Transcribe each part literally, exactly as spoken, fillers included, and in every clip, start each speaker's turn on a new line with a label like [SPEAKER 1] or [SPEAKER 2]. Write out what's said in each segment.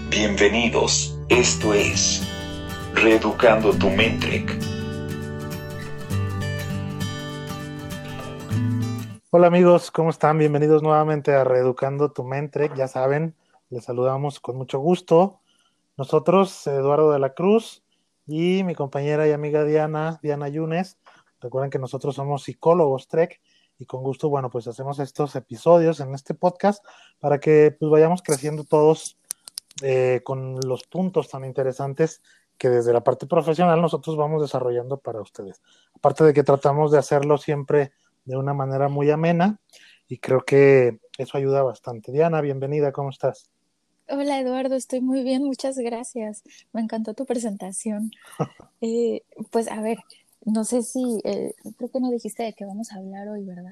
[SPEAKER 1] Bienvenidos, esto es Reeducando tu Mente.
[SPEAKER 2] Hola amigos, ¿cómo están? Bienvenidos nuevamente a Reeducando tu Mente. Ya saben, les saludamos con mucho gusto. Nosotros, Eduardo de la Cruz y mi compañera y amiga Diana, Diana Yunes. Recuerden que nosotros somos psicólogos Trek y con gusto, bueno, pues hacemos estos episodios en este podcast para que pues vayamos creciendo todos eh, con los puntos tan interesantes que desde la parte profesional nosotros vamos desarrollando para ustedes. Aparte de que tratamos de hacerlo siempre de una manera muy amena y creo que eso ayuda bastante. Diana, bienvenida, ¿cómo estás?
[SPEAKER 3] Hola Eduardo, estoy muy bien, muchas gracias. Me encantó tu presentación. Eh, pues a ver, no sé si, eh, creo que no dijiste de qué vamos a hablar hoy, ¿verdad?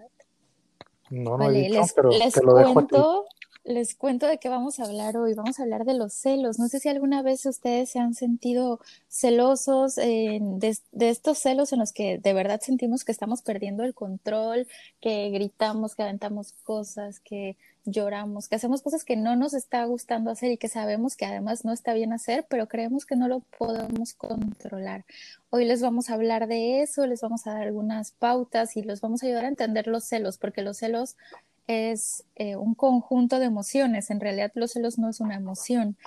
[SPEAKER 2] No, no he
[SPEAKER 3] Vale,
[SPEAKER 2] dicho,
[SPEAKER 3] les,
[SPEAKER 2] pero
[SPEAKER 3] les
[SPEAKER 2] te lo dejo a ti.
[SPEAKER 3] cuento, les cuento de qué vamos a hablar hoy. Vamos a hablar de los celos. No sé si alguna vez ustedes se han sentido celosos, eh, de, de estos celos en los que de verdad sentimos que estamos perdiendo el control, que gritamos, que aventamos cosas, que lloramos, que hacemos cosas que no nos está gustando hacer y que sabemos que además no está bien hacer, pero creemos que no lo podemos controlar. Hoy les vamos a hablar de eso, les vamos a dar algunas pautas y los vamos a ayudar a entender los celos, porque los celos es eh, un conjunto de emociones. En realidad los celos no es una emoción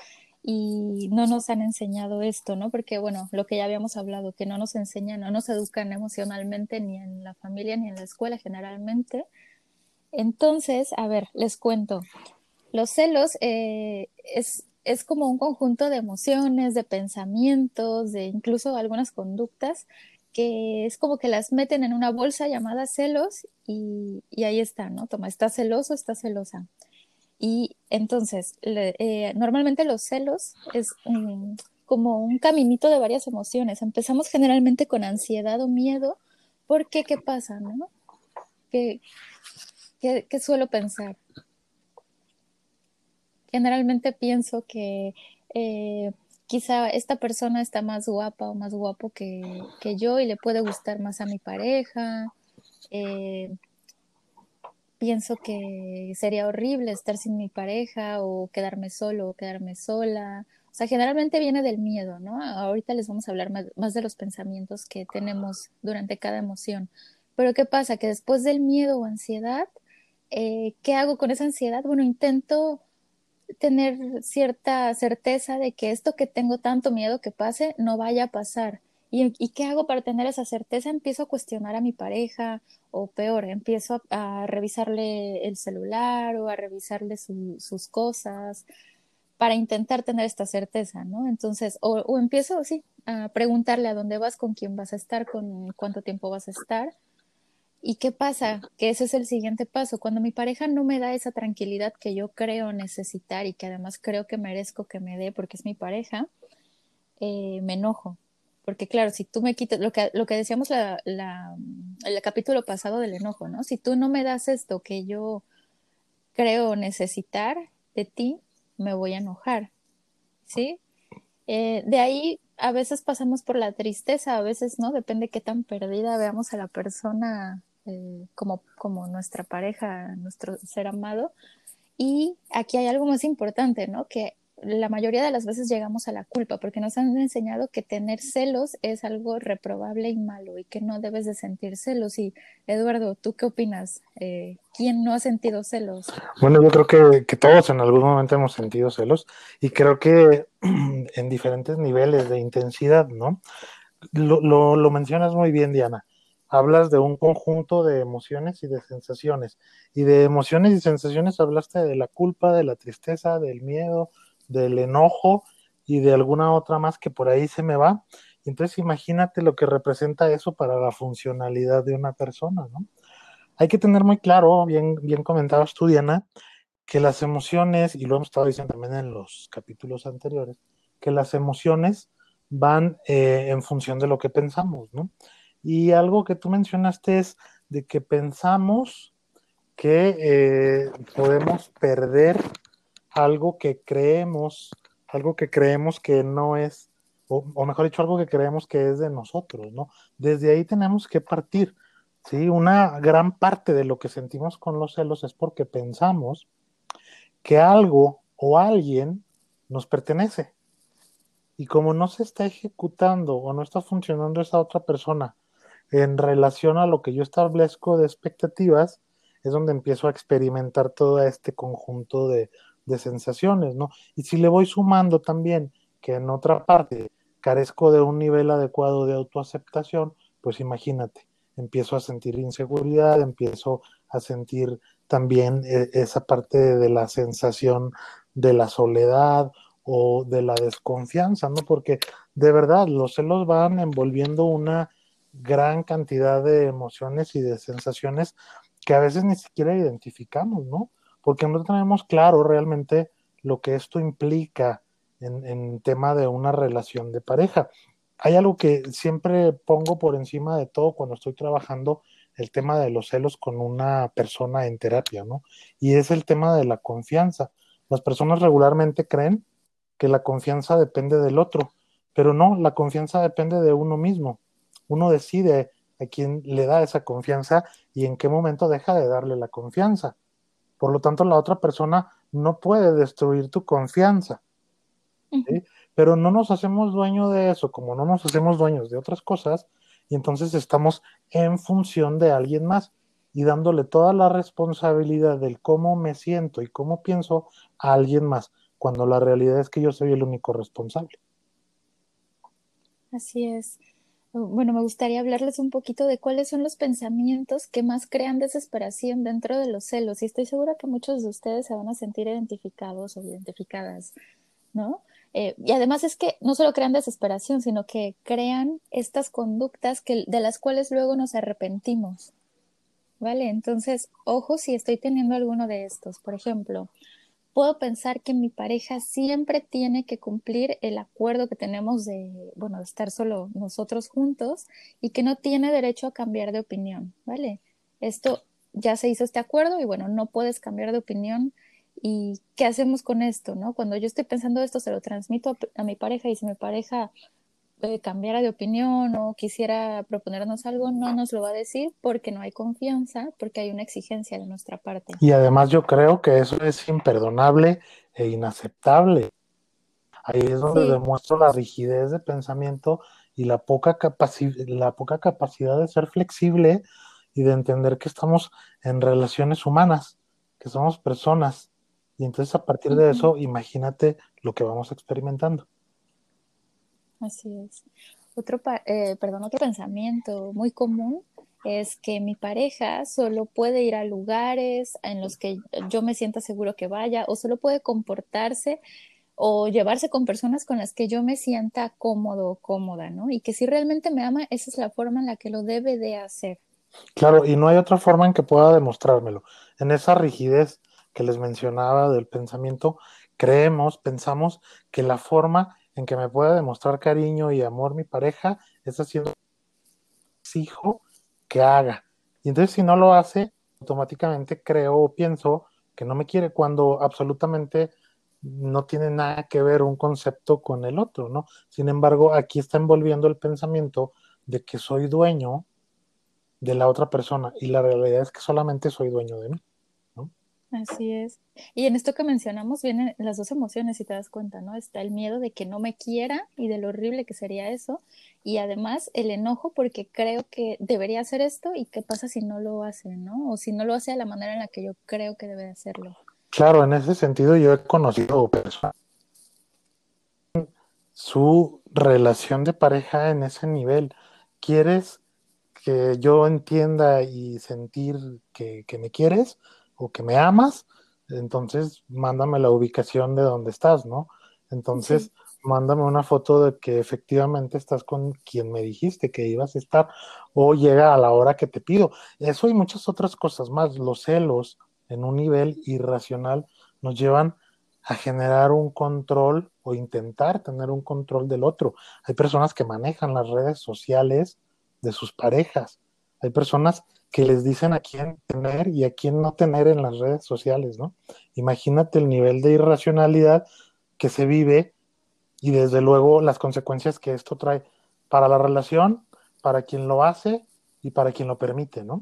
[SPEAKER 3] y no nos han enseñado esto, ¿no? Porque, bueno, lo que ya habíamos hablado, que no nos enseñan, no nos educan emocionalmente ni en la familia ni en la escuela generalmente. Entonces, a ver, les cuento. Los celos eh, es, es como un conjunto de emociones, de pensamientos, de incluso algunas conductas que es como que las meten en una bolsa llamada celos y, y ahí está, ¿no? Toma, está celoso, está celosa. Y entonces, le- eh, normalmente los celos es un- como un caminito de varias emociones. Empezamos generalmente con ansiedad o miedo, porque ¿qué pasa, no? ¿Qué, qué, qué suelo pensar? Generalmente pienso que eh, quizá esta persona está más guapa o más guapo que, que yo y le puede gustar más a mi pareja. Eh, Pienso que sería horrible estar sin mi pareja o quedarme solo o quedarme sola. O sea, generalmente viene del miedo, ¿no? Ahorita les vamos a hablar más, más de los pensamientos que tenemos durante cada emoción. Pero ¿qué pasa? Que después del miedo o ansiedad, eh, ¿qué hago con esa ansiedad? Bueno, intento tener cierta certeza de que esto que tengo tanto miedo que pase no vaya a pasar. ¿Y, y qué hago para tener esa certeza? Empiezo a cuestionar a mi pareja o peor, empiezo a, a revisarle el celular o a revisarle su- sus cosas para intentar tener esta certeza, ¿no? Entonces, o, o empiezo, sí, a preguntarle a dónde vas, con quién vas a estar, con cuánto tiempo vas a estar. ¿Y qué pasa? Que ese es el siguiente paso. Cuando mi pareja no me da esa tranquilidad que yo creo necesitar y que además creo que merezco que me dé porque es mi pareja, eh, me enojo. Porque claro, si tú me quitas, lo que, lo que decíamos la, la, el capítulo pasado del enojo, ¿no? Si tú no me das esto que yo creo necesitar de ti, me voy a enojar, ¿sí? Eh, de ahí a veces pasamos por la tristeza, a veces no, depende qué tan perdida veamos a la persona eh, como, como nuestra pareja, nuestro ser amado. Y aquí hay algo más importante, ¿no? Que la mayoría de las veces llegamos a la culpa porque nos han enseñado que tener celos es algo reprobable y malo y que no debes de sentir celos. Y Eduardo, ¿tú qué opinas? Eh, ¿quién no ha sentido celos?
[SPEAKER 2] Bueno, yo creo que, que todos en algún momento hemos sentido celos y creo que en diferentes niveles de intensidad, ¿no? Lo, lo, lo mencionas muy bien, Diana. Hablas de un conjunto de emociones y de sensaciones. Y de emociones y sensaciones hablaste de la culpa, de la tristeza, del miedo, del enojo y de alguna otra más que por ahí se me va. Y entonces imagínate lo que representa eso para la funcionalidad de una persona, ¿no? Hay que tener muy claro, bien, bien comentabas tú, Diana, que las emociones, y lo hemos estado diciendo también en los capítulos anteriores, que las emociones van eh, en función de lo que pensamos, ¿no? Y algo que tú mencionaste es de que pensamos que eh, podemos perder algo que creemos, algo que creemos que no es, o, o mejor dicho, algo que creemos que es de nosotros, ¿no? Desde ahí tenemos que partir, ¿sí? Una gran parte de lo que sentimos con los celos es porque pensamos que algo o alguien nos pertenece. Y como no se está ejecutando o no está funcionando esa otra persona en relación a lo que yo establezco de expectativas, es donde empiezo a experimentar todo este conjunto de, de sensaciones, ¿no? Y si le voy sumando también que en otra parte carezco de un nivel adecuado de autoaceptación, pues imagínate, empiezo a sentir inseguridad, empiezo a sentir también eh, esa parte de la sensación de la soledad o de la desconfianza, ¿no? Porque de verdad los celos van envolviendo una gran cantidad de emociones y de sensaciones que a veces ni siquiera identificamos, ¿no? Porque no tenemos claro realmente lo que esto implica en, en tema de una relación de pareja. Hay algo que siempre pongo por encima de todo cuando estoy trabajando el tema de los celos con una persona en terapia, ¿no? Y es el tema de la confianza. Las personas regularmente creen que la confianza depende del otro, pero no, la confianza depende de uno mismo. Uno decide a quién le da esa confianza y en qué momento deja de darle la confianza. Por lo tanto, la otra persona no puede destruir tu confianza,
[SPEAKER 3] Ujú.
[SPEAKER 2] ¿sí? Pero no nos hacemos dueños de eso, como no nos hacemos dueños de otras cosas, y entonces estamos en función de alguien más y dándole toda la responsabilidad del cómo me siento y cómo pienso a alguien más, cuando la realidad es que yo soy el único responsable.
[SPEAKER 3] Así es. Bueno, me gustaría hablarles un poquito de cuáles son los pensamientos que más crean desesperación dentro de los celos. Y estoy segura que muchos de ustedes se van a sentir identificados o identificadas, ¿no? Eh, y además es que no solo crean desesperación, sino que crean estas conductas que, de las cuales luego nos arrepentimos, ¿vale? Entonces, ojo si estoy teniendo alguno de estos. Por ejemplo, puedo pensar que mi pareja siempre tiene que cumplir el acuerdo que tenemos de, bueno, de estar solo nosotros juntos y que no tiene derecho a cambiar de opinión, ¿vale? Esto ya se hizo este acuerdo y bueno, no puedes cambiar de opinión. ¿Y qué hacemos con esto, no? Cuando yo estoy pensando esto, se lo transmito a, a mi pareja y si mi pareja eh, cambiara de opinión o quisiera proponernos algo, no nos lo va a decir porque no hay confianza, porque hay una exigencia de nuestra parte.
[SPEAKER 2] Y además yo creo que eso es imperdonable e inaceptable. Ahí es donde
[SPEAKER 3] Sí,
[SPEAKER 2] demuestro la rigidez de pensamiento y la poca, capaci la poca capacidad de ser flexible y de entender que estamos en relaciones humanas, que somos personas. Y entonces a partir de
[SPEAKER 3] ujú,
[SPEAKER 2] eso, imagínate lo que vamos experimentando.
[SPEAKER 3] así es. Otro, pa- eh, perdón, otro pensamiento muy común es que mi pareja solo puede ir a lugares en los que yo me sienta seguro que vaya o solo puede comportarse o llevarse con personas con las que yo me sienta cómodo o cómoda, ¿no? Y que si realmente me ama, esa es la forma en la que lo debe de hacer.
[SPEAKER 2] Claro, y no hay otra forma en que pueda demostrármelo. En esa rigidez que les mencionaba del pensamiento, creemos, pensamos que la forma en que me pueda demostrar cariño y amor mi pareja es haciendo exijo que haga. Y entonces si no lo hace, automáticamente creo o pienso que no me quiere cuando absolutamente no tiene nada que ver un concepto con el otro, ¿no? Sin embargo, aquí está envolviendo el pensamiento de que soy dueño de la otra persona y la realidad es que solamente soy dueño de mí, ¿no?
[SPEAKER 3] Así es. Y en esto que mencionamos vienen las dos emociones, si te das cuenta, ¿no? Está el miedo de que no me quiera y de lo horrible que sería eso, y además el enojo porque creo que debería hacer esto y qué pasa si no lo hace, ¿no? O si no lo hace de la manera en la que yo creo que debe de hacerlo.
[SPEAKER 2] Claro, en ese sentido yo he conocido personas, su relación de pareja en ese nivel. ¿Quieres que yo entienda y sentir que, que me quieres o que me amas? Entonces mándame la ubicación de donde estás, ¿no?
[SPEAKER 3] Sí,
[SPEAKER 2] Entonces mándame una foto de que efectivamente estás con quien me dijiste que ibas a estar o llega a la hora que te pido. Eso y muchas otras cosas más. Los celos en un nivel irracional nos llevan a generar un control o intentar tener un control del otro. Hay personas que manejan las redes sociales de sus parejas. Hay personas que les dicen a quién tener y a quién no tener en las redes sociales, ¿no? Imagínate el nivel de irracionalidad que se vive y desde luego las consecuencias que esto trae para la relación, para quien lo hace y para quien lo permite, ¿no?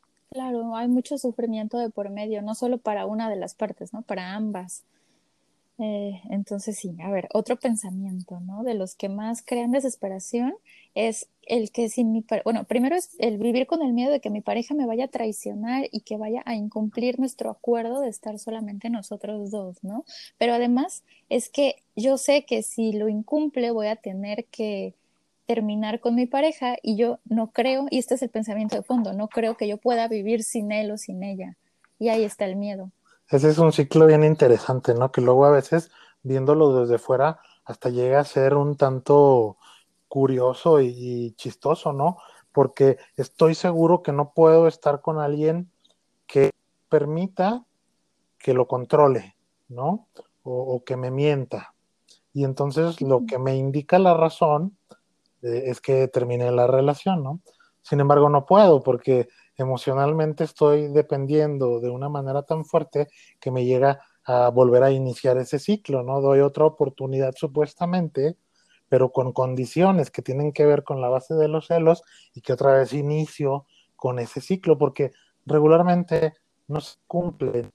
[SPEAKER 3] claro, hay mucho sufrimiento de por medio, no solo para una de las partes, ¿no? Para ambas. Eh, entonces sí, a ver, otro pensamiento, ¿no? De los que más crean desesperación es el que si mi pareja, bueno, primero es el vivir con el miedo de que mi pareja me vaya a traicionar y que vaya a incumplir nuestro acuerdo de estar solamente nosotros dos, ¿no? Pero además es que yo sé que si lo incumple voy a tener que terminar con mi pareja y yo no creo, y este es el pensamiento de fondo, no creo que yo pueda vivir sin él o sin ella. Y ahí está el miedo.
[SPEAKER 2] Ese es un ciclo bien interesante, ¿no? Que luego a veces, viéndolo desde fuera, hasta llega a ser un tanto curioso y, y chistoso, ¿no? Porque estoy seguro que no puedo estar con alguien que permita que lo controle, ¿no? O, o que me mienta. Y entonces lo que me indica la razón eh, es que termine la relación, ¿no? Sin embargo, no puedo porque emocionalmente estoy dependiendo de una manera tan fuerte que me llega a volver a iniciar ese ciclo, ¿no? Doy otra oportunidad supuestamente, pero con condiciones que tienen que ver con la base de los celos y que otra vez inicio con ese ciclo porque regularmente no se cumplen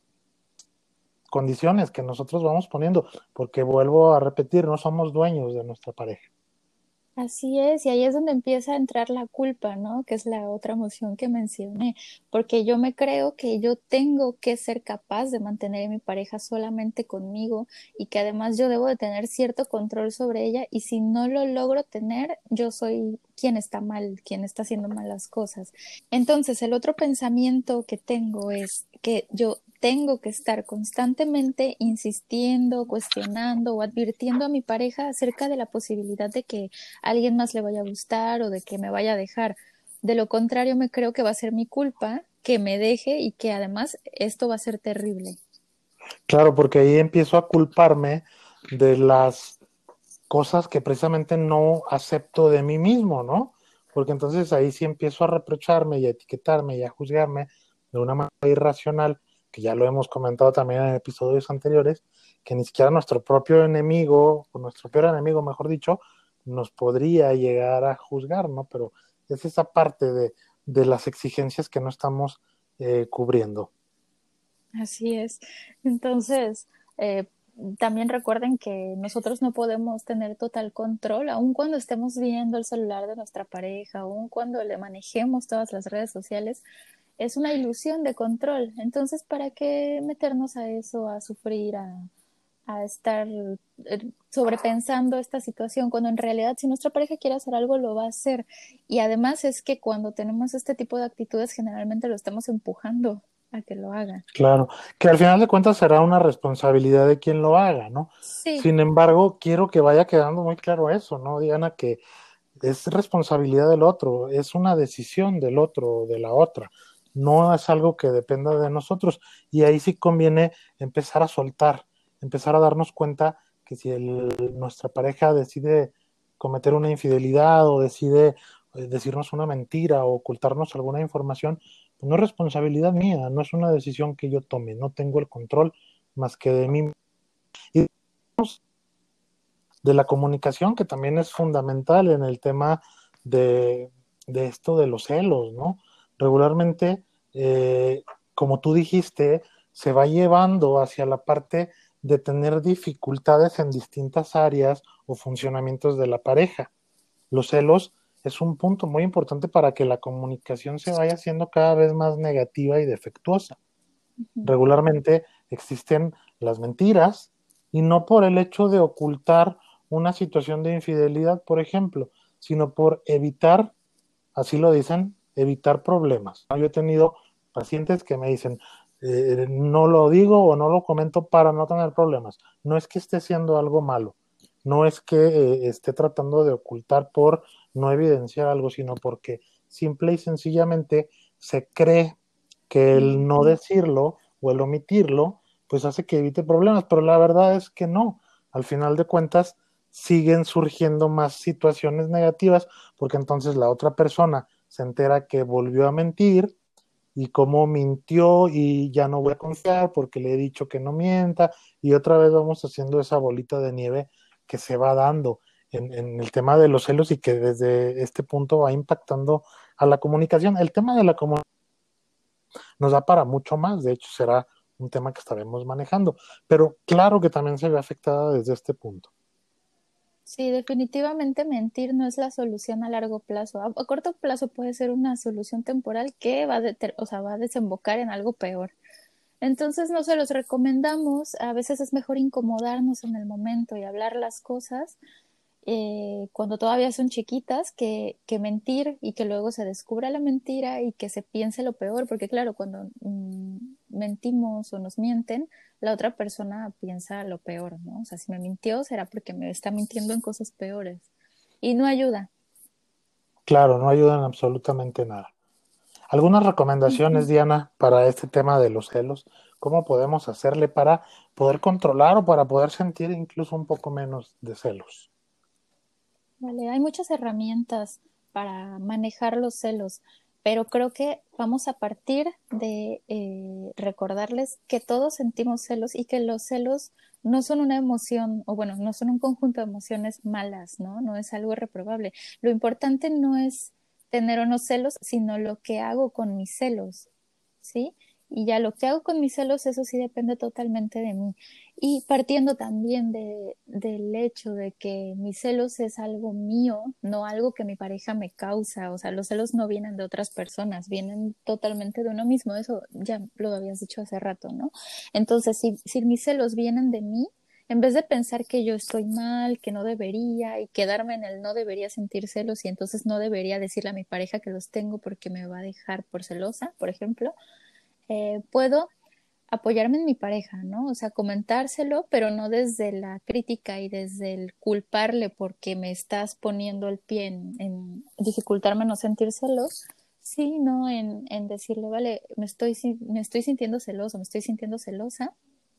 [SPEAKER 2] condiciones que nosotros vamos poniendo, porque vuelvo a repetir, no somos dueños de nuestra pareja.
[SPEAKER 3] Así es, y ahí es donde empieza a entrar la culpa, ¿no? Que es la otra emoción que mencioné, porque yo me creo que yo tengo que ser capaz de mantener a mi pareja solamente conmigo y que además yo debo de tener cierto control sobre ella y si no lo logro tener, yo soy quien está mal, quien está haciendo mal las cosas. Entonces, el otro pensamiento que tengo es que yo tengo que estar constantemente insistiendo, cuestionando o advirtiendo a mi pareja acerca de la posibilidad de que a alguien más le vaya a gustar o de que me vaya a dejar. De lo contrario, me creo que va a ser mi culpa que me deje y que además esto va a ser terrible.
[SPEAKER 2] Claro, porque ahí empiezo a culparme de las cosas que precisamente no acepto de mí mismo, ¿no? Porque entonces ahí sí empiezo a reprocharme y a etiquetarme y a juzgarme de una manera irracional, que ya lo hemos comentado también en episodios anteriores, que ni siquiera nuestro propio enemigo, o nuestro peor enemigo, mejor dicho, nos podría llegar a juzgar, ¿no? Pero es esa parte de, de las exigencias que no estamos eh, cubriendo.
[SPEAKER 3] Así es. Entonces, eh, también recuerden que nosotros no podemos tener total control, aun cuando estemos viendo el celular de nuestra pareja, aun cuando le manejemos todas las redes sociales, es una ilusión de control. Entonces, ¿para qué meternos a eso, a sufrir, a, a estar eh, sobrepensando esta situación, cuando en realidad si nuestra pareja quiere hacer algo, lo va a hacer? Y además es que cuando tenemos este tipo de actitudes, generalmente lo estamos empujando a que lo haga.
[SPEAKER 2] Claro, que al final de cuentas será una responsabilidad de quien lo haga, ¿no?
[SPEAKER 3] Sí,
[SPEAKER 2] Sin embargo, quiero que vaya quedando muy claro eso, ¿no, Diana? Que es responsabilidad del otro, es una decisión del otro o de la otra, no es algo que dependa de nosotros. Y ahí sí conviene empezar a soltar, empezar a darnos cuenta que si el, nuestra pareja decide cometer una infidelidad o decide eh, decirnos una mentira o ocultarnos alguna información, pues no es responsabilidad mía, no es una decisión que yo tome, no tengo el control más que de mí. Y de la comunicación, que también es fundamental en el tema de, de esto de los celos, ¿no? Regularmente, eh, como tú dijiste, se va llevando hacia la parte de tener dificultades en distintas áreas o funcionamientos de la pareja. Los celos es un punto muy importante para que la comunicación se vaya haciendo cada vez más negativa y defectuosa.
[SPEAKER 3] ujú,
[SPEAKER 2] Regularmente existen las mentiras y no por el hecho de ocultar una situación de infidelidad, por ejemplo, sino por evitar, así lo dicen, evitar problemas. Yo he tenido pacientes que me dicen, eh, no lo digo o no lo comento para no tener problemas. No es que esté haciendo algo malo, no es que eh, esté tratando de ocultar por no evidenciar algo, sino porque simple y sencillamente se cree que el no decirlo o el omitirlo, pues hace que evite problemas, pero la verdad es que no. Al final de cuentas, siguen surgiendo más situaciones negativas, porque entonces la otra persona se entera que volvió a mentir y cómo mintió y ya no voy a confiar porque le he dicho que no mienta y otra vez vamos haciendo esa bolita de nieve que se va dando en, en el tema de los celos y que desde este punto va impactando a la comunicación. El tema de la comunicación nos da para mucho más, de hecho será un tema que estaremos manejando. Pero claro que también se ve afectada desde este punto.
[SPEAKER 3] Sí, definitivamente mentir no es la solución a largo plazo. A, a corto plazo puede ser una solución temporal que va a, deter- o sea, va a desembocar en algo peor. Entonces no se los recomendamos. A veces es mejor incomodarnos en el momento y hablar las cosas eh, cuando todavía son chiquitas que, que mentir y que luego se descubra la mentira y que se piense lo peor, porque claro, cuando mm, mentimos o nos mienten, la otra persona piensa lo peor, ¿no? O sea, si me mintió será porque me está mintiendo en cosas peores y no ayuda.
[SPEAKER 2] Claro, no ayudan absolutamente nada. Algunas recomendaciones,
[SPEAKER 3] Ujú.
[SPEAKER 2] Diana, para este tema de los celos. ¿Cómo podemos hacerle para poder controlar o para poder sentir incluso un poco menos de celos?
[SPEAKER 3] Vale, hay muchas herramientas para manejar los celos, pero creo que vamos a partir de eh, recordarles que todos sentimos celos y que los celos no son una emoción, o bueno, no son un conjunto de emociones malas, ¿no? No es algo reprobable. Lo importante no es tener o no celos, sino lo que hago con mis celos, ¿sí? Y ya lo que hago con mis celos, eso sí depende totalmente de mí. Y partiendo también de, del hecho de que mis celos es algo mío, no algo que mi pareja me causa. O sea, los celos no vienen de otras personas, vienen totalmente de uno mismo. Eso ya lo habías dicho hace rato, ¿no? Entonces, si, si mis celos vienen de mí, en vez de pensar que yo estoy mal, que no debería y quedarme en el no debería sentir celos y entonces no debería decirle a mi pareja que los tengo porque me va a dejar por celosa, por ejemplo, eh, puedo apoyarme en mi pareja, ¿no? O sea, comentárselo, pero no desde la crítica y desde el culparle porque me estás poniendo el pie en, en dificultarme no sentir celos, sino en, en decirle, vale, me estoy, sin- me estoy sintiendo celoso, me estoy sintiendo celosa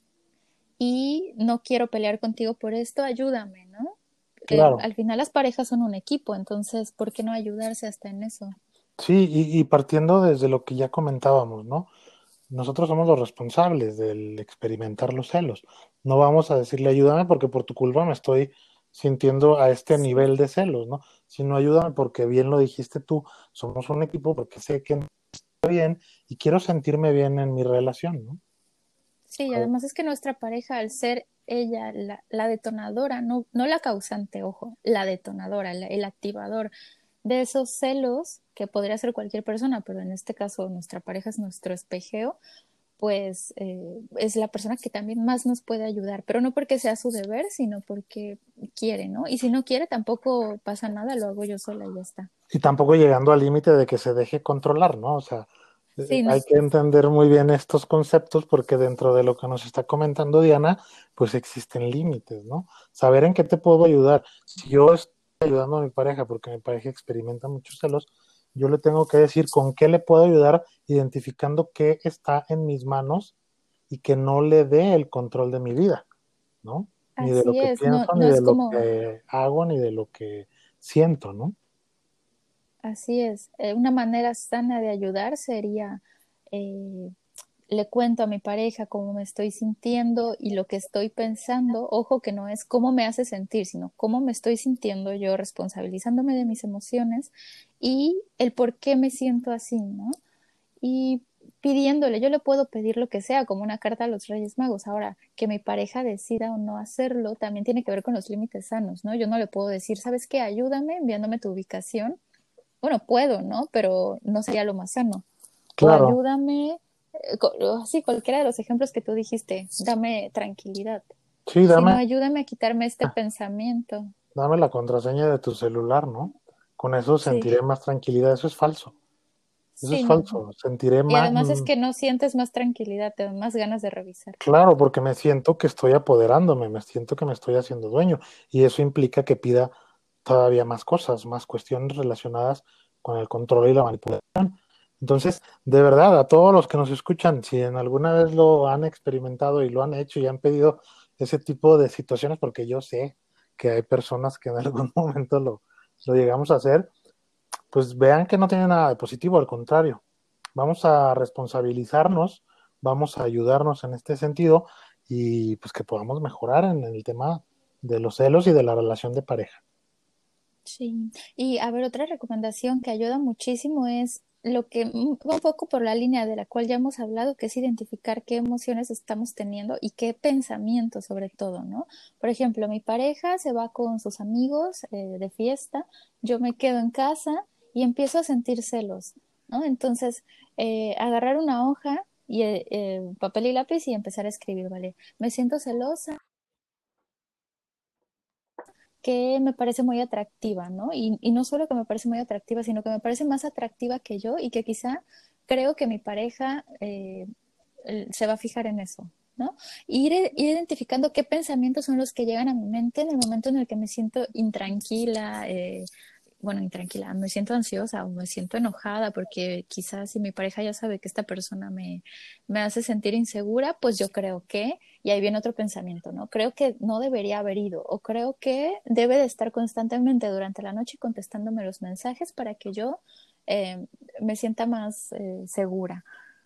[SPEAKER 3] y no quiero pelear contigo por esto, ayúdame, ¿no? Eh,
[SPEAKER 2] Claro,
[SPEAKER 3] al final las parejas son un equipo, entonces, ¿por qué no ayudarse hasta en eso?
[SPEAKER 2] sí, y, y partiendo desde lo que ya comentábamos, ¿no? Nosotros somos los responsables del experimentar los celos. No vamos a decirle ayúdame porque por tu culpa me estoy sintiendo a este
[SPEAKER 3] Sí.
[SPEAKER 2] nivel de celos, ¿no? Sino ayúdame porque bien lo dijiste tú, somos un equipo porque sé que no estoy bien y quiero sentirme bien en mi relación, ¿no?
[SPEAKER 3] Sí, y además es que nuestra pareja, al ser ella la, la detonadora, no, no la causante, ojo, la detonadora, la- el activador de esos celos, que podría ser cualquier persona, pero en este caso nuestra pareja es nuestro espejeo, pues eh, es la persona que también más nos puede ayudar, pero no porque sea su deber, sino porque quiere, ¿no? Y si no quiere, tampoco pasa nada, lo hago yo sola y ya está.
[SPEAKER 2] Y tampoco llegando al límite de que se deje controlar, ¿no? O sea, eh,
[SPEAKER 3] Sí, no,
[SPEAKER 2] hay que entender muy bien estos conceptos porque dentro de lo que nos está comentando Diana, pues existen límites, ¿no? Saber en qué te puedo ayudar. Si yo estoy ayudando a mi pareja porque mi pareja experimenta muchos celos, yo le tengo que decir con qué le puedo ayudar, identificando qué está en mis manos y que no le dé el control de mi vida, ¿no? Ni de lo
[SPEAKER 3] así
[SPEAKER 2] que
[SPEAKER 3] es, no,
[SPEAKER 2] pienso, ni
[SPEAKER 3] no
[SPEAKER 2] de
[SPEAKER 3] es
[SPEAKER 2] lo
[SPEAKER 3] como,
[SPEAKER 2] que hago, ni de lo que siento, ¿no?
[SPEAKER 3] así es, eh, una manera sana de ayudar sería... eh, le cuento a mi pareja cómo me estoy sintiendo y lo que estoy pensando, ojo que no es cómo me hace sentir, sino cómo me estoy sintiendo yo, responsabilizándome de mis emociones y el por qué me siento así, ¿no? Y pidiéndole, yo le puedo pedir lo que sea, como una carta a los Reyes Magos. Ahora, que mi pareja decida o no hacerlo, también tiene que ver con los límites sanos, ¿no? Yo no le puedo decir, ¿sabes qué? Ayúdame enviándome tu ubicación. Bueno, puedo, ¿no? Pero no sería lo más sano. O
[SPEAKER 2] Claro,
[SPEAKER 3] ayúdame, eh, co- o sí, cualquiera de los ejemplos que tú dijiste, dame tranquilidad,
[SPEAKER 2] sí,
[SPEAKER 3] sino
[SPEAKER 2] dame,
[SPEAKER 3] ayúdame a quitarme este pensamiento.
[SPEAKER 2] dame la contraseña de tu celular, ¿no? Con eso
[SPEAKER 3] Sí,
[SPEAKER 2] sentiré más tranquilidad. Eso es falso. Eso es
[SPEAKER 3] sí, no.
[SPEAKER 2] falso. Sentiré
[SPEAKER 3] Y
[SPEAKER 2] más,
[SPEAKER 3] además es que no sientes más tranquilidad, te dan más ganas de revisar.
[SPEAKER 2] claro, porque me siento que estoy apoderándome, me siento que me estoy haciendo dueño. Y eso implica que pida todavía más cosas, más cuestiones relacionadas con el control y la manipulación. Entonces, de verdad, a todos los que nos escuchan, si en alguna vez lo han experimentado y lo han hecho y han pedido ese tipo de situaciones, porque yo sé que hay personas que en algún momento lo, lo llegamos a hacer, pues vean que no tiene nada de positivo, al contrario. Vamos a responsabilizarnos, vamos a ayudarnos en este sentido y pues que podamos mejorar en el tema de los celos y de la relación de pareja.
[SPEAKER 3] Sí. Y a ver, otra recomendación que ayuda muchísimo es lo que mm, va un poco por la línea de la cual ya hemos hablado, que es identificar qué emociones estamos teniendo y qué pensamientos sobre todo, ¿no? Por ejemplo, mi pareja se va con sus amigos eh, de fiesta, yo me quedo en casa y empiezo a sentir celos, ¿no? Entonces, eh, agarrar una hoja y eh, eh, papel y lápiz y empezar a escribir, ¿vale? Me siento celosa, que me parece muy atractiva, ¿no? Y, y no solo que me parece muy atractiva, sino que me parece más atractiva que yo y que quizá creo que mi pareja eh, se va a fijar en eso, ¿no? Ir, ir identificando qué pensamientos son los que llegan a mi mente en el momento en el que me siento intranquila, eh, bueno, intranquila, me siento ansiosa o me siento enojada porque quizás si mi pareja ya sabe que esta persona me, me hace sentir insegura, pues yo creo que, y ahí viene otro pensamiento, ¿no? Creo que no debería haber ido o creo que debe de estar constantemente durante la noche contestándome los mensajes para que yo eh, me sienta más eh, segura.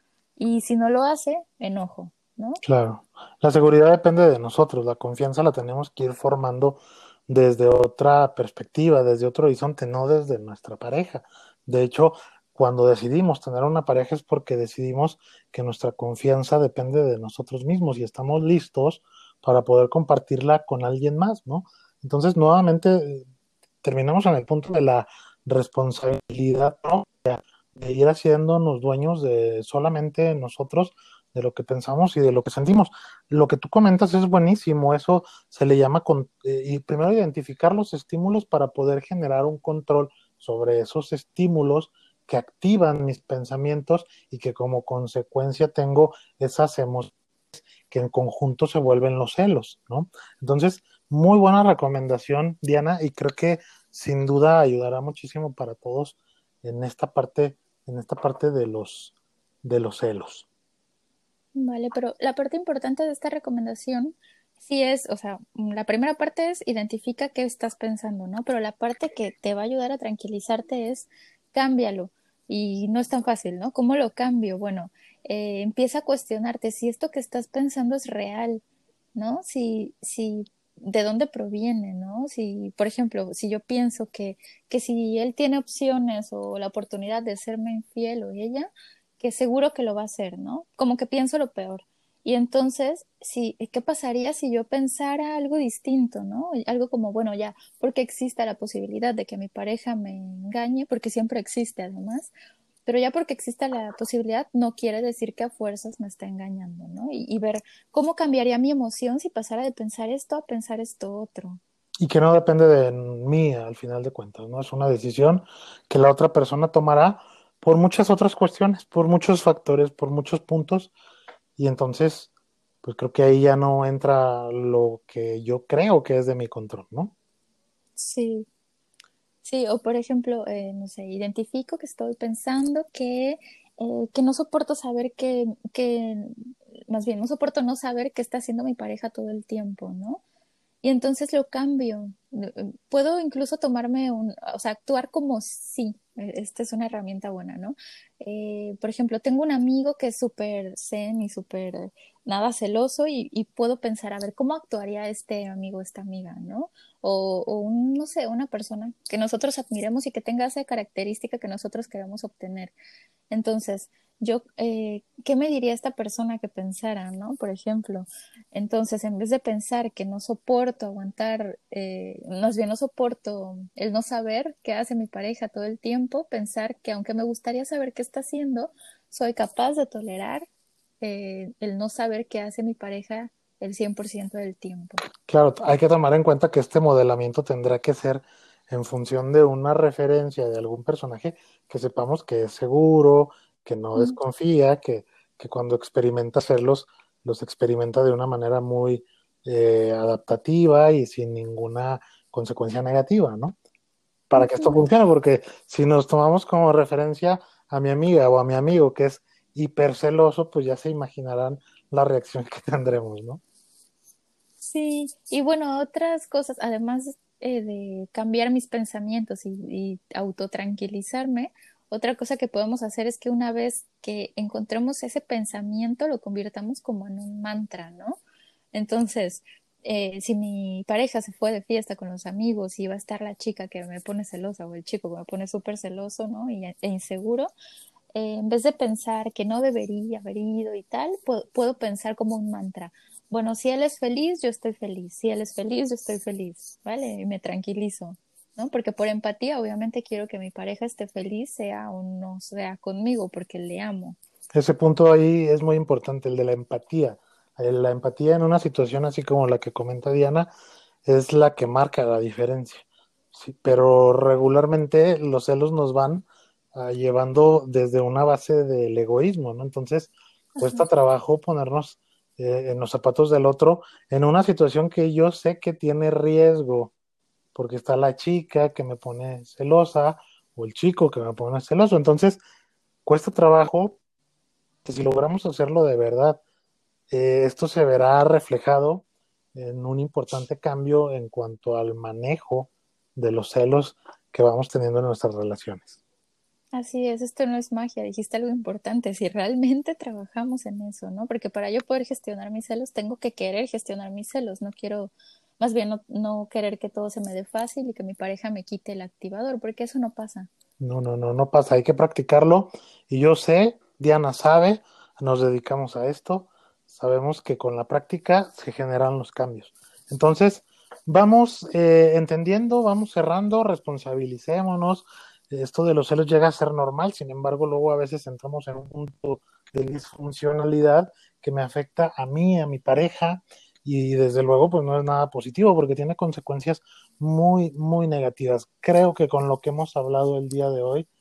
[SPEAKER 3] Y si no lo hace, enojo, ¿no?
[SPEAKER 2] Claro, la seguridad depende de nosotros, la confianza la tenemos que ir formando desde otra perspectiva, desde otro horizonte, no desde nuestra pareja. De hecho, cuando decidimos tener una pareja es porque decidimos que nuestra confianza depende de nosotros mismos y estamos listos para poder compartirla con alguien más, ¿no? Entonces, nuevamente, eh, terminamos en el punto de la responsabilidad, ¿no? De ir haciéndonos dueños de solamente nosotros, de lo que pensamos y de lo que sentimos. Lo que tú comentas es buenísimo, eso se le llama, con, eh, y primero identificar los estímulos para poder generar un control sobre esos estímulos que activan mis pensamientos y que como consecuencia tengo esas emociones que en conjunto se vuelven los celos, ¿no? Entonces, muy buena recomendación, Diana, y creo que sin duda ayudará muchísimo para todos en esta parte, en esta parte de los, de los celos.
[SPEAKER 3] Vale, pero la parte importante de esta recomendación sí es, o sea, mm, la primera parte es identifica qué estás pensando, ¿no? Pero la parte que te va a ayudar a tranquilizarte es cámbialo. Y no es tan fácil, ¿no? ¿Cómo lo cambio? Bueno, eh, empieza a cuestionarte si esto que estás pensando es real, ¿no? Si, si, de dónde proviene, ¿no? Si, por ejemplo, si yo pienso que, que si él tiene opciones o la oportunidad de serme infiel o ella, que seguro que lo va a hacer, ¿no? Como que pienso lo peor. Y entonces, sí, ¿qué pasaría si yo pensara algo distinto, ¿no? Algo como, bueno, ya, porque existe la posibilidad de que mi pareja me engañe, porque siempre existe además, pero ya porque exista la posibilidad no quiere decir que a fuerzas me está engañando, ¿no? Y, y ver cómo cambiaría mi emoción si pasara de pensar esto a pensar esto otro.
[SPEAKER 2] Y que no depende de mí al final de cuentas, ¿no? Es una decisión que la otra persona tomará por muchas otras cuestiones, por muchos factores, por muchos puntos, y entonces, pues creo que ahí ya no entra lo que yo creo que es de mi control, ¿no?
[SPEAKER 3] Sí. Sí, o por ejemplo, eh, no sé, identifico que estoy pensando que, eh, que no soporto saber que, que, más bien, no soporto no saber qué está haciendo mi pareja todo el tiempo, ¿no? Y entonces lo cambio. Eh, Puedo incluso tomarme un, o sea, actuar como si, eh, esta es una herramienta buena, ¿no? Eh, por ejemplo, tengo un amigo que es súper zen y súper eh, nada celoso y, y puedo pensar, a ver, ¿cómo actuaría este amigo, esta amiga, ¿no? O, o un, no sé, una persona que nosotros admiremos y que tenga esa característica que nosotros queremos obtener. Entonces, yo, eh, ¿qué me diría esta persona que pensara, ¿no? Por ejemplo, entonces, en vez de pensar que no soporto aguantar, eh, más bien no soporto el no saber qué hace mi pareja todo el tiempo, pensar que aunque me gustaría saber qué está haciendo, soy capaz de tolerar eh, el no saber qué hace mi pareja el cien por ciento del tiempo.
[SPEAKER 2] Claro, hay que tomar en cuenta que este modelamiento tendrá que ser en función de una referencia de algún personaje que sepamos que es seguro, que no
[SPEAKER 3] Mm,
[SPEAKER 2] desconfía, que, que cuando experimenta hacerlos, los experimenta de una manera muy eh, adaptativa y sin ninguna consecuencia negativa, ¿no? Para que esto
[SPEAKER 3] ujú.
[SPEAKER 2] funcione, porque si nos tomamos como referencia a mi amiga o a mi amigo que es hiperceloso, pues ya se imaginarán la reacción que tendremos, ¿no?
[SPEAKER 3] Sí, y bueno, otras cosas, además eh, de cambiar mis pensamientos y, y autotranquilizarme, otra cosa que podemos hacer es que una vez que encontremos ese pensamiento, lo convirtamos como en un mantra, ¿no? Entonces, eh, si mi pareja se fue de fiesta con los amigos y va a estar la chica que me pone celosa o el chico que me pone súper celoso, ¿no? Y, e inseguro, eh, en vez de pensar que no debería haber ido y tal, puedo, puedo pensar como un mantra. Bueno, si él es feliz, yo estoy feliz. Si él es feliz, yo estoy feliz, ¿vale? Y me tranquilizo, ¿no? Porque por empatía, obviamente quiero que mi pareja esté feliz, sea o no sea conmigo, porque le amo.
[SPEAKER 2] Ese punto ahí es muy importante, el de la empatía. Eh, La empatía en una situación así como la que comenta Diana es la que marca la diferencia. Sí, pero regularmente los celos nos van ah, llevando desde una base del egoísmo, ¿no? Entonces,
[SPEAKER 3] Ajá.
[SPEAKER 2] cuesta trabajo ponernos eh, en los zapatos del otro en una situación que yo sé que tiene riesgo, porque está la chica que me pone celosa o el chico que me pone celoso. Entonces, cuesta trabajo que si logramos hacerlo de verdad, eh, esto se verá reflejado en un importante cambio en cuanto al manejo de los celos que vamos teniendo en nuestras relaciones.
[SPEAKER 3] Así es, esto no es magia, dijiste algo importante, si realmente trabajamos en eso, ¿no? Porque para yo poder gestionar mis celos, tengo que querer gestionar mis celos, no quiero, más bien no, no querer que todo se me dé fácil y que mi pareja me quite el activador, porque eso no pasa.
[SPEAKER 2] No, no, no, no pasa, hay que practicarlo. Y yo sé, Diana sabe, nos dedicamos a esto, sabemos que con la práctica se generan los cambios. Entonces, vamos eh, entendiendo, vamos cerrando, responsabilicémonos. Esto de los celos llega a ser normal, sin embargo, luego a veces entramos en un punto de disfuncionalidad que me afecta a mí, a mi pareja, y desde luego, pues no es nada positivo porque tiene consecuencias muy, muy negativas. Creo que con lo que hemos hablado el día de hoy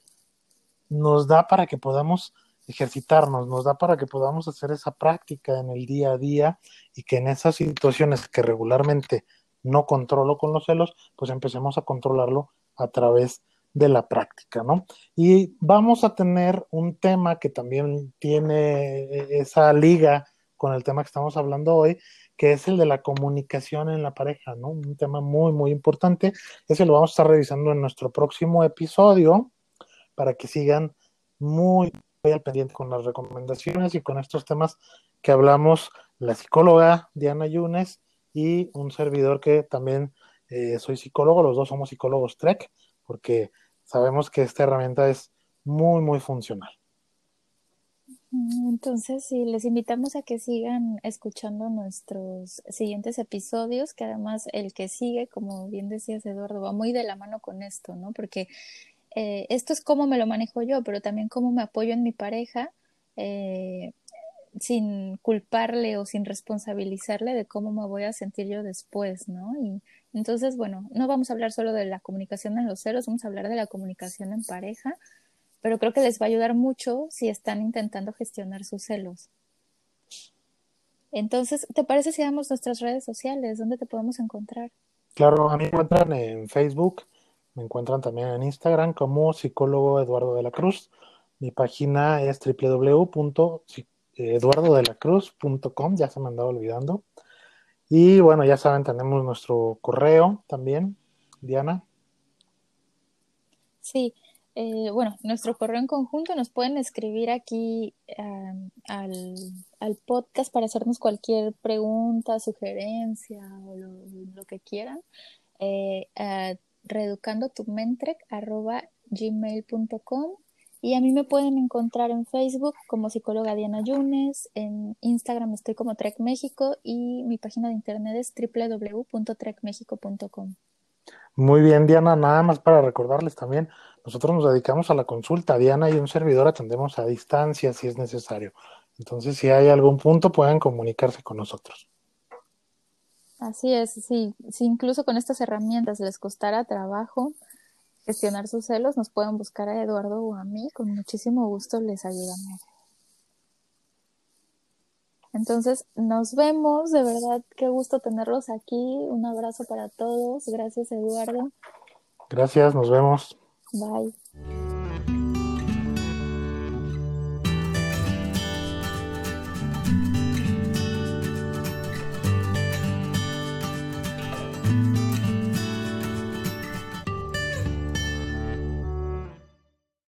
[SPEAKER 2] nos da para que podamos ejercitarnos, nos da para que podamos hacer esa práctica en el día a día y que en esas situaciones que regularmente no controlo con los celos, pues empecemos a controlarlo a través de la práctica, ¿no? Y vamos a tener un tema que también tiene esa liga con el tema que estamos hablando hoy, que es el de la comunicación en la pareja, ¿no? Un tema muy, muy importante. Ese lo vamos a estar revisando en nuestro próximo episodio para que sigan muy, muy al pendiente con las recomendaciones y con estos temas que hablamos la psicóloga Diana Yunes y un servidor que también eh, soy psicólogo, los dos somos psicólogos Trek, porque sabemos que esta herramienta es muy, muy funcional.
[SPEAKER 3] Mm, Entonces, sí, les invitamos a que sigan escuchando nuestros siguientes episodios, que además el que sigue, como bien decías, Eduardo, va muy de la mano con esto, ¿no? Porque eh, esto es cómo me lo manejo yo, pero también cómo me apoyo en mi pareja, eh, sin culparle o sin responsabilizarle de cómo me voy a sentir yo después, ¿no? Y entonces, bueno, no vamos a hablar solo de la comunicación en los celos, vamos a hablar de la comunicación en pareja, pero creo que les va a ayudar mucho si están intentando gestionar sus celos. Entonces, ¿te parece si damos nuestras redes sociales? ¿Dónde te podemos encontrar?
[SPEAKER 2] Claro, a mí me encuentran en Facebook, me encuentran también en Instagram como psicólogo Eduardo de la Cruz. Mi página es w w w punto eduardo de la cruz punto com, ya se me andaba olvidando. Y bueno, ya saben, tenemos nuestro correo también, Diana.
[SPEAKER 3] Sí, eh, bueno, nuestro correo en conjunto nos pueden escribir aquí um, al, al podcast para hacernos cualquier pregunta, sugerencia o lo, lo que quieran. Eh, a reeducandotumentrec arroba gmail punto com y a mí me pueden encontrar en Facebook como psicóloga Diana Yunes, en Instagram estoy como Trek México y mi página de internet es w w w punto trek mexico punto com.
[SPEAKER 2] Muy bien, Diana, nada más para recordarles también, nosotros nos dedicamos a la consulta. Diana y un servidor atendemos a distancia si es necesario. Entonces, si hay algún punto, pueden comunicarse con nosotros.
[SPEAKER 3] Así es, sí, si incluso con estas herramientas les costara trabajo gestionar sus celos, nos pueden buscar a Eduardo o a mí, con muchísimo gusto les ayudamos. Entonces, nos vemos, de verdad, qué gusto tenerlos aquí, un abrazo para todos, gracias Eduardo,
[SPEAKER 2] Gracias, nos vemos.
[SPEAKER 3] bye.